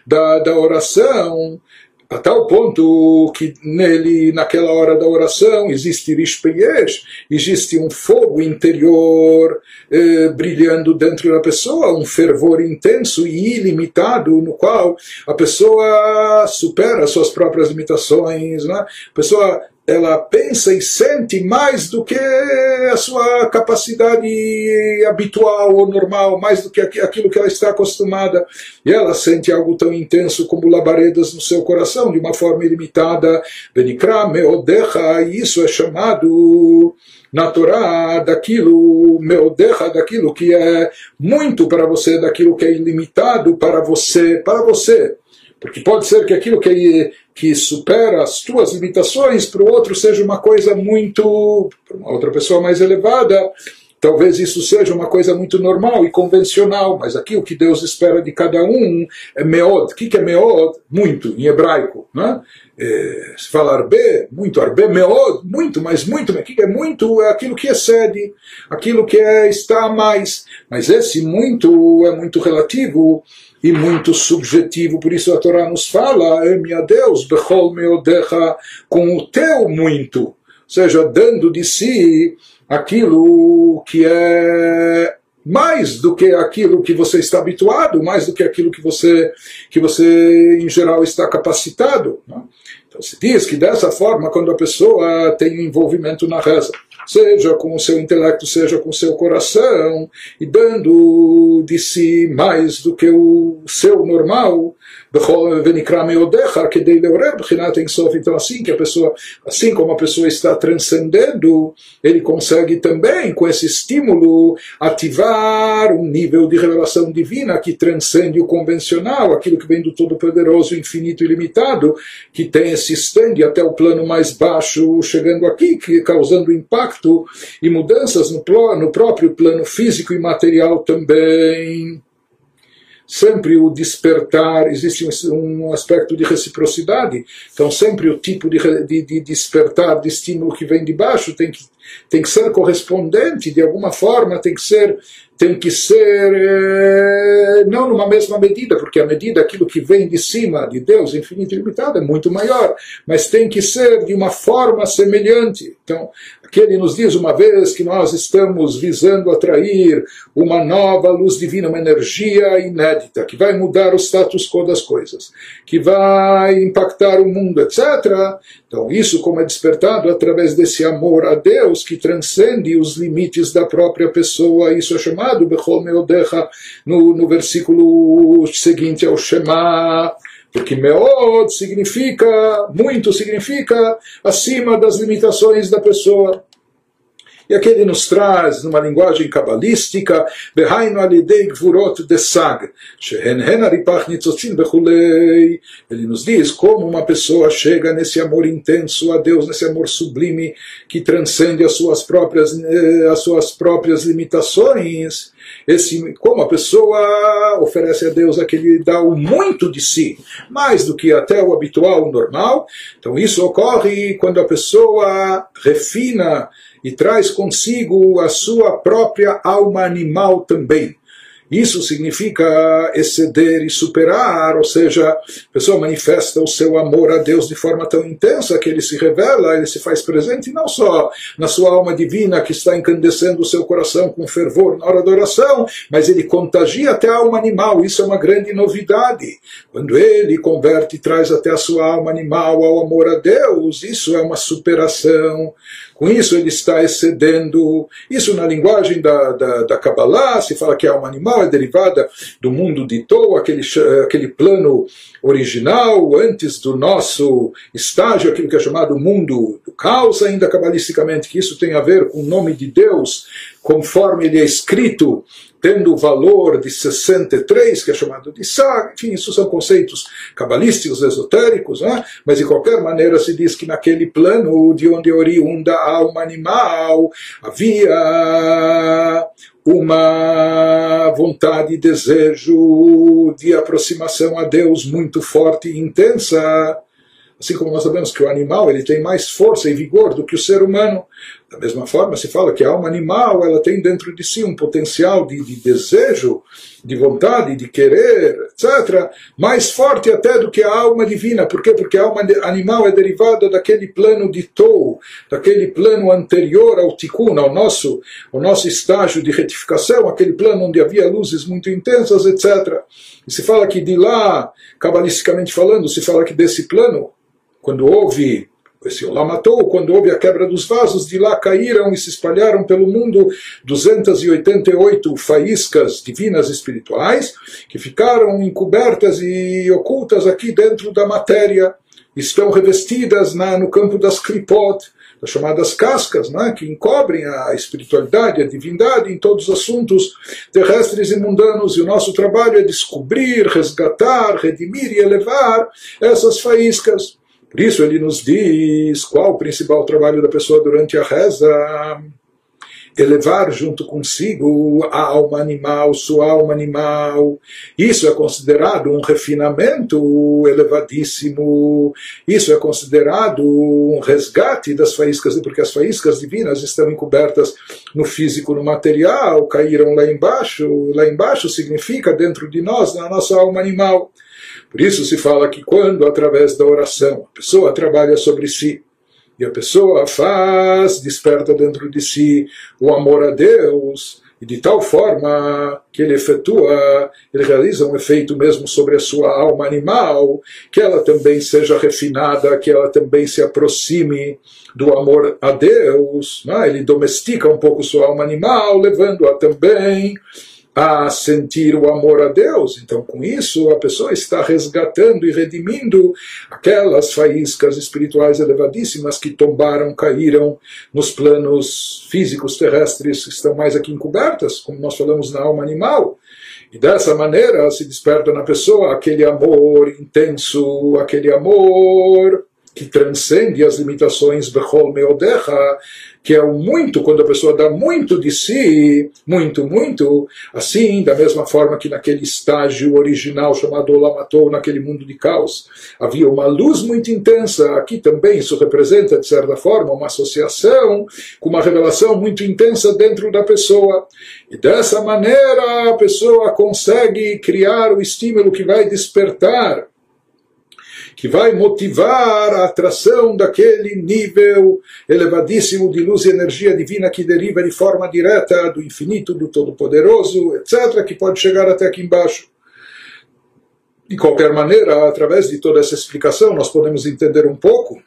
da oração, a tal ponto que nele, naquela hora da oração, existe rishpeyesh, existe um fogo interior brilhando dentro da pessoa, um fervor intenso e ilimitado, no qual a pessoa supera suas próprias limitações, né? A pessoa ela pensa e sente mais do que a sua capacidade habitual ou normal, mais do que aquilo que ela está acostumada. E ela sente algo tão intenso como labaredas no seu coração, de uma forma ilimitada. Benikra meodecha, e isso é chamado na Torá daquilo, meodecha, daquilo que é muito para você, daquilo que é ilimitado para você. Porque pode ser que aquilo que supera as tuas limitações, para o outro seja uma coisa muito, para uma outra pessoa mais elevada, talvez isso seja uma coisa muito normal e convencional, mas aqui o que Deus espera de cada um é meod. O que é meod? Muito, em hebraico. Né? Se fala arbe, muito, arbe, meod, muito, mas muito. O que é muito? É aquilo que excede, aquilo que está a mais. Mas esse muito é muito relativo e muito subjetivo, por isso a Torá nos fala, meu Deus, bechol meodecha, com o teu muito, ou seja, dando de si aquilo que é mais do que aquilo que você está habituado, mais do que aquilo que você em geral está capacitado. Né? Então se diz que dessa forma, quando a pessoa tem envolvimento na reza, seja com o seu intelecto, seja com o seu coração, e dando de si mais do que o seu normal, então assim como a pessoa está transcendendo, ele consegue também, com esse estímulo, ativar um nível de revelação divina que transcende o convencional, aquilo que vem do Todo-Poderoso, infinito e ilimitado, que se estende até o plano mais baixo, chegando aqui, causando impacto e mudanças no próprio plano físico e material também. Sempre o despertar, existe um aspecto de reciprocidade, então sempre o tipo de despertar, de estímulo que vem de baixo tem que ser correspondente, de alguma forma tem que ser não numa mesma medida, porque a medida, aquilo que vem de cima de Deus, infinito e limitado, é muito maior, mas tem que ser de uma forma semelhante. Então, aqui ele nos diz, uma vez que nós estamos visando atrair uma nova luz divina, uma energia inédita, que vai mudar o status quo das coisas, que vai impactar o mundo, etc. Então, isso como é despertado através desse amor a Deus, que transcende os limites da própria pessoa, isso é chamado Bechol Meodecha, no versículo seguinte ao Shema, porque Meod significa, muito significa, acima das limitações da pessoa. E aqui ele nos traz, numa linguagem cabalística, ele nos diz como uma pessoa chega nesse amor intenso a Deus, nesse amor sublime que transcende as suas próprias limitações. Como a pessoa oferece a Deus aquele, dá o muito de si, mais do que até o habitual, o normal. Então isso ocorre quando a pessoa refina e traz consigo a sua própria alma animal também. Isso significa exceder e superar, ou seja, a pessoa manifesta o seu amor a Deus de forma tão intensa que ele se revela, ele se faz presente não só na sua alma divina que está incandescendo o seu coração com fervor na hora da oração, mas ele contagia até a alma animal. Isso é uma grande novidade. Quando ele converte e traz até a sua alma animal ao amor a Deus, isso é uma superação. Com isso ele está excedendo. Isso na linguagem da Kabbalah se fala que a alma animal é derivada do mundo de Tou, aquele plano original, antes do nosso estágio, aquilo que é chamado mundo do caos, ainda cabalisticamente, que isso tem a ver com o nome de Deus, conforme ele é escrito, tendo o valor de 63, que é chamado de Sag. Enfim, isso são conceitos cabalísticos, esotéricos, né? Mas de qualquer maneira se diz que naquele plano de onde oriunda a alma animal havia uma vontade e desejo de aproximação a Deus muito forte e intensa. Assim como nós sabemos que o animal ele tem mais força e vigor do que o ser humano. Da mesma forma, se fala que a alma animal ela tem dentro de si um potencial de desejo, de vontade, de querer, etc., mais forte até do que a alma divina. Por quê? Porque a alma animal é derivada daquele plano de Tou, daquele plano anterior ao Tikkun, ao nosso estágio de retificação, aquele plano onde havia luzes muito intensas, etc. E se fala que de lá, cabalisticamente falando, se fala que desse plano, quando houve esse Olamatou, quando houve a quebra dos vasos, de lá caíram e se espalharam pelo mundo 288 faíscas divinas espirituais, que ficaram encobertas e ocultas aqui dentro da matéria, estão revestidas no campo das klipot, das chamadas cascas, né, que encobrem a espiritualidade, a divindade em todos os assuntos terrestres e mundanos, e o nosso trabalho é descobrir, resgatar, redimir e elevar essas faíscas. Por isso ele nos diz qual o principal trabalho da pessoa durante a reza: elevar junto consigo a alma animal, sua alma animal. Isso é considerado um refinamento elevadíssimo. Isso é considerado um resgate das faíscas, porque as faíscas divinas estão encobertas no físico, no material, caíram lá embaixo. Lá embaixo significa dentro de nós, na nossa alma animal. Por isso se fala que quando, através da oração, a pessoa trabalha sobre si, e a pessoa desperta dentro de si o amor a Deus, e de tal forma que ele realiza um efeito mesmo sobre a sua alma animal, que ela também seja refinada, que ela também se aproxime do amor a Deus, né? Ele domestica um pouco sua alma animal, levando-a também a sentir o amor a Deus. Então, com isso, a pessoa está resgatando e redimindo aquelas faíscas espirituais elevadíssimas que tombaram, caíram nos planos físicos terrestres que estão mais aqui encobertas, como nós falamos na alma animal. E dessa maneira se desperta na pessoa aquele amor intenso, aquele amor que transcende as limitações Bechol Meodecha, que é o muito, quando a pessoa dá muito de si, muito, assim, da mesma forma que naquele estágio original chamado Olamatou, naquele mundo de caos, havia uma luz muito intensa. Aqui também isso representa, de certa forma, uma associação com uma revelação muito intensa dentro da pessoa. E dessa maneira a pessoa consegue criar o estímulo que vai despertar, que vai motivar a atração daquele nível elevadíssimo de luz e energia divina que deriva de forma direta do infinito, do Todo-Poderoso, etc., que pode chegar até aqui embaixo. De qualquer maneira, através de toda essa explicação, nós podemos entender um pouco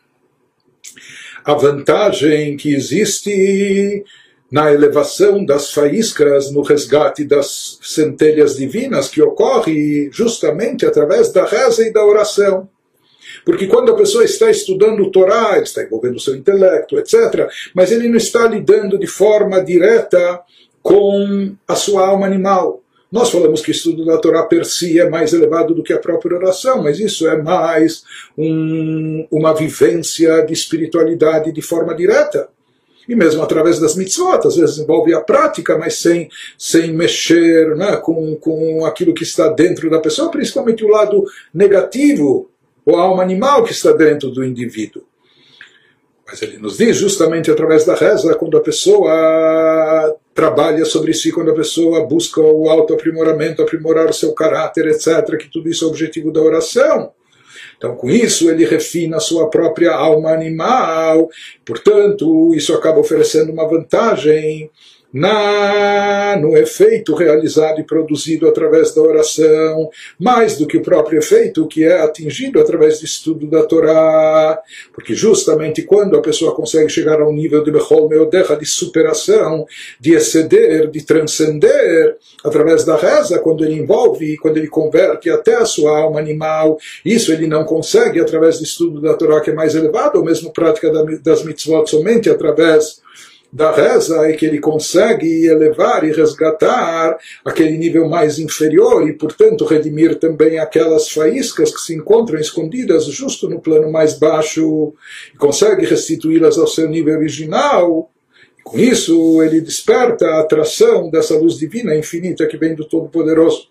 a vantagem que existe na elevação das faíscas, no resgate das centelhas divinas, que ocorre justamente através da reza e da oração. Porque quando a pessoa está estudando o Torá, ele está envolvendo o seu intelecto, etc., mas ele não está lidando de forma direta com a sua alma animal. Nós falamos que o estudo da Torá per si é mais elevado do que a própria oração, mas isso é mais uma vivência de espiritualidade de forma direta. E mesmo através das mitzvot, às vezes envolve a prática, mas sem mexer, né, com aquilo que está dentro da pessoa, principalmente o lado negativo, ou a alma animal que está dentro do indivíduo. Mas ele nos diz justamente através da reza, quando a pessoa trabalha sobre si, quando a pessoa busca o autoaprimoramento, aprimorar o seu caráter, etc., que tudo isso é o objetivo da oração. Então, com isso, ele refina a sua própria alma animal. Portanto, isso acaba oferecendo uma vantagem no efeito realizado e produzido através da oração, mais do que o próprio efeito que é atingido através do estudo da Torá. Porque justamente quando a pessoa consegue chegar a um nível de Bechol Meodecha, de superação, de exceder, de transcender, através da reza, quando ele envolve, quando ele converte até a sua alma animal, isso ele não consegue através do estudo da Torá, que é mais elevado, ou mesmo prática das mitzvot, somente através da reza é que ele consegue elevar e resgatar aquele nível mais inferior e, portanto, redimir também aquelas faíscas que se encontram escondidas justo no plano mais baixo e consegue restituí-las ao seu nível original. E com isso, ele desperta a atração dessa luz divina infinita que vem do Todo-Poderoso.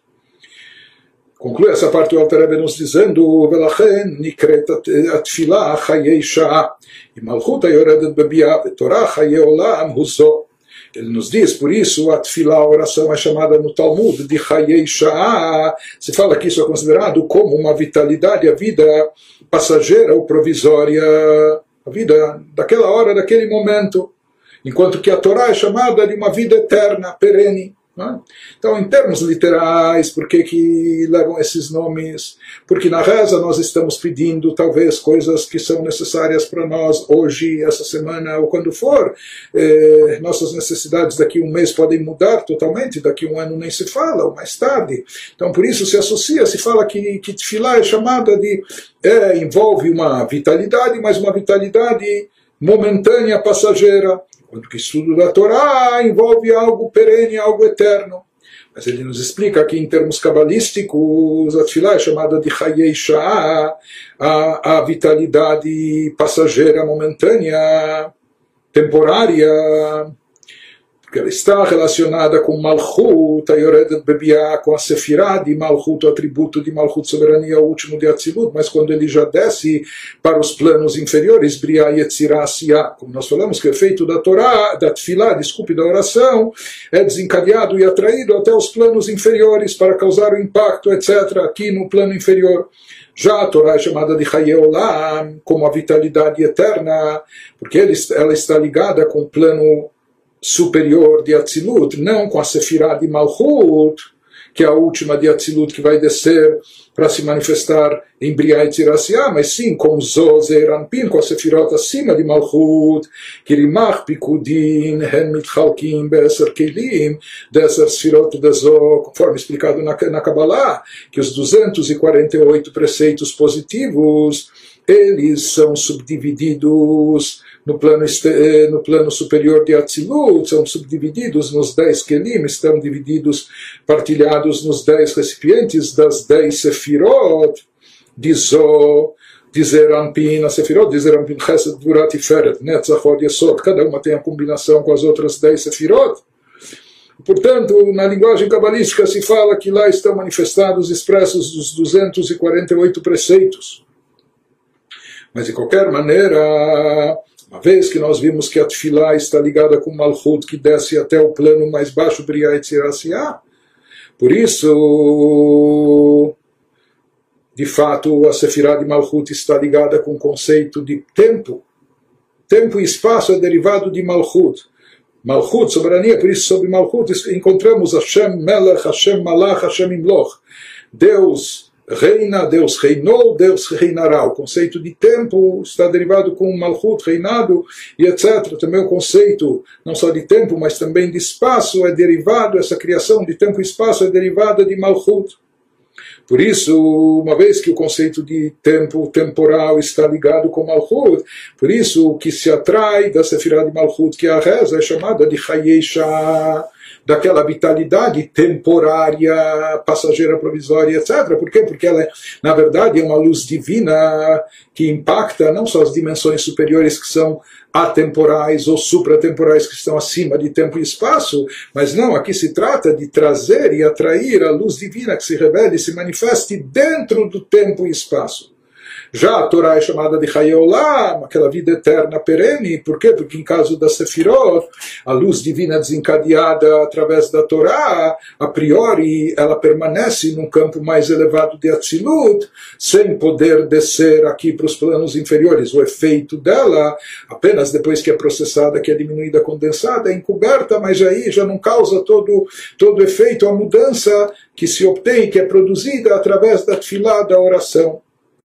Conclui essa parte o Alter Rebbe nos dizendo: "Velachen nikret atfilah chayei sha'ah, e malchut hayoredet bebiah, vetorah chayei olam hu zo." Ele nos diz, por isso, a tefilá, a oração é chamada no Talmud de chayei sha'ah. Se fala que isso é considerado como uma vitalidade, a vida passageira ou provisória, a vida daquela hora, daquele momento, enquanto que a Torá é chamada de uma vida eterna, perene. Então, em termos literais, por que levam esses nomes? Porque na reza nós estamos pedindo talvez coisas que são necessárias para nós hoje, essa semana ou quando for. Nossas necessidades daqui a um mês podem mudar totalmente, daqui a um ano nem se fala, ou mais tarde. Então por isso se associa, se fala que tefilá é chamada de... envolve uma vitalidade, mas uma vitalidade momentânea, passageira. Quando o estudo da Torá envolve algo perene, algo eterno. Mas ele nos explica que em termos cabalísticos, a tefilá é chamada de chayei sha'ah, a vitalidade passageira, momentânea, temporária, porque ela está relacionada com Malchut, a Yoredet Bebiah, com a Sefirah de Malchut, o atributo de Malchut, soberania, o último de Atzilut, mas quando ele já desce para os planos inferiores, Briah, Yetzirah, Asiyah, como nós falamos que o efeito da Torá, da Tefilá, da oração, é desencadeado e atraído até os planos inferiores para causar o impacto, etc., aqui no plano inferior. Já a Torá é chamada de Chayei Olam, como a vitalidade eterna, porque ela está ligada com o plano superior de Atzilut, não com a Sefirah de Malchut, que é a última de Atzilut que vai descer para se manifestar em Briah e Tzirasiyah, mas sim com Zo, Zeir Anpin, com a Sefirot acima de Malchut, que Rimach, Pikudin, Hen Mitchalkim, Be'eser Kelim, Deser Sefirot de Zo, conforme explicado na Kabbalah, que os 248 preceitos positivos, eles são subdivididos no plano superior de Atzilut, são subdivididos nos 10 kelim, estão divididos, partilhados nos 10 recipientes das 10 sefirot, de Zo, de Zeir Anpin, a sefirot de Zeir Anpin, Chesed, Gvurah, Tiferet, Netzach, Hod, Yesod, cada uma tem a combinação com as outras 10 sefirot. Portanto, na linguagem cabalística se fala que lá estão manifestados, expressos os 248 preceitos. Mas, de qualquer maneira, uma vez que nós vimos que a tefilá está ligada com Malchut, que desce até o plano mais baixo, Briah e Tzirasiyah, por isso, de fato, a Sefirah de Malchut está ligada com o conceito de tempo. Tempo e espaço é derivado de Malchut. Malchut, soberania, por isso, sobre Malchut, encontramos Hashem Melech, Hashem Malach, Hashem Imloch. Deus reina, Deus reinou, Deus reinará. O conceito de tempo está derivado com Malchut, reinado, e etc. Também o conceito, não só de tempo, mas também de espaço, é derivado, essa criação de tempo e espaço é derivada de Malchut. Por isso, uma vez que o conceito de tempo temporal está ligado com Malchut, por isso o que se atrai da Sefirah de Malchut, que é a reza, é chamada de Chayei Sha'ah, daquela vitalidade temporária, passageira, provisória, etc. Por quê? Porque ela, na verdade, é uma luz divina que impacta não só as dimensões superiores que são atemporais ou supratemporais que estão acima de tempo e espaço, mas não, aqui se trata de trazer e atrair a luz divina que se revele e se manifeste dentro do tempo e espaço. Já a Torá é chamada de Chayei Olam, aquela vida eterna perene. Por quê? Porque em caso da Sefirot, a luz divina desencadeada através da Torá, a priori ela permanece num campo mais elevado de Atzilut, sem poder descer aqui para os planos inferiores. O efeito dela, apenas depois que é processada, que é diminuída, condensada, é encoberta, mas aí já não causa todo o efeito, a mudança que se obtém, que é produzida através da tefilá, da oração.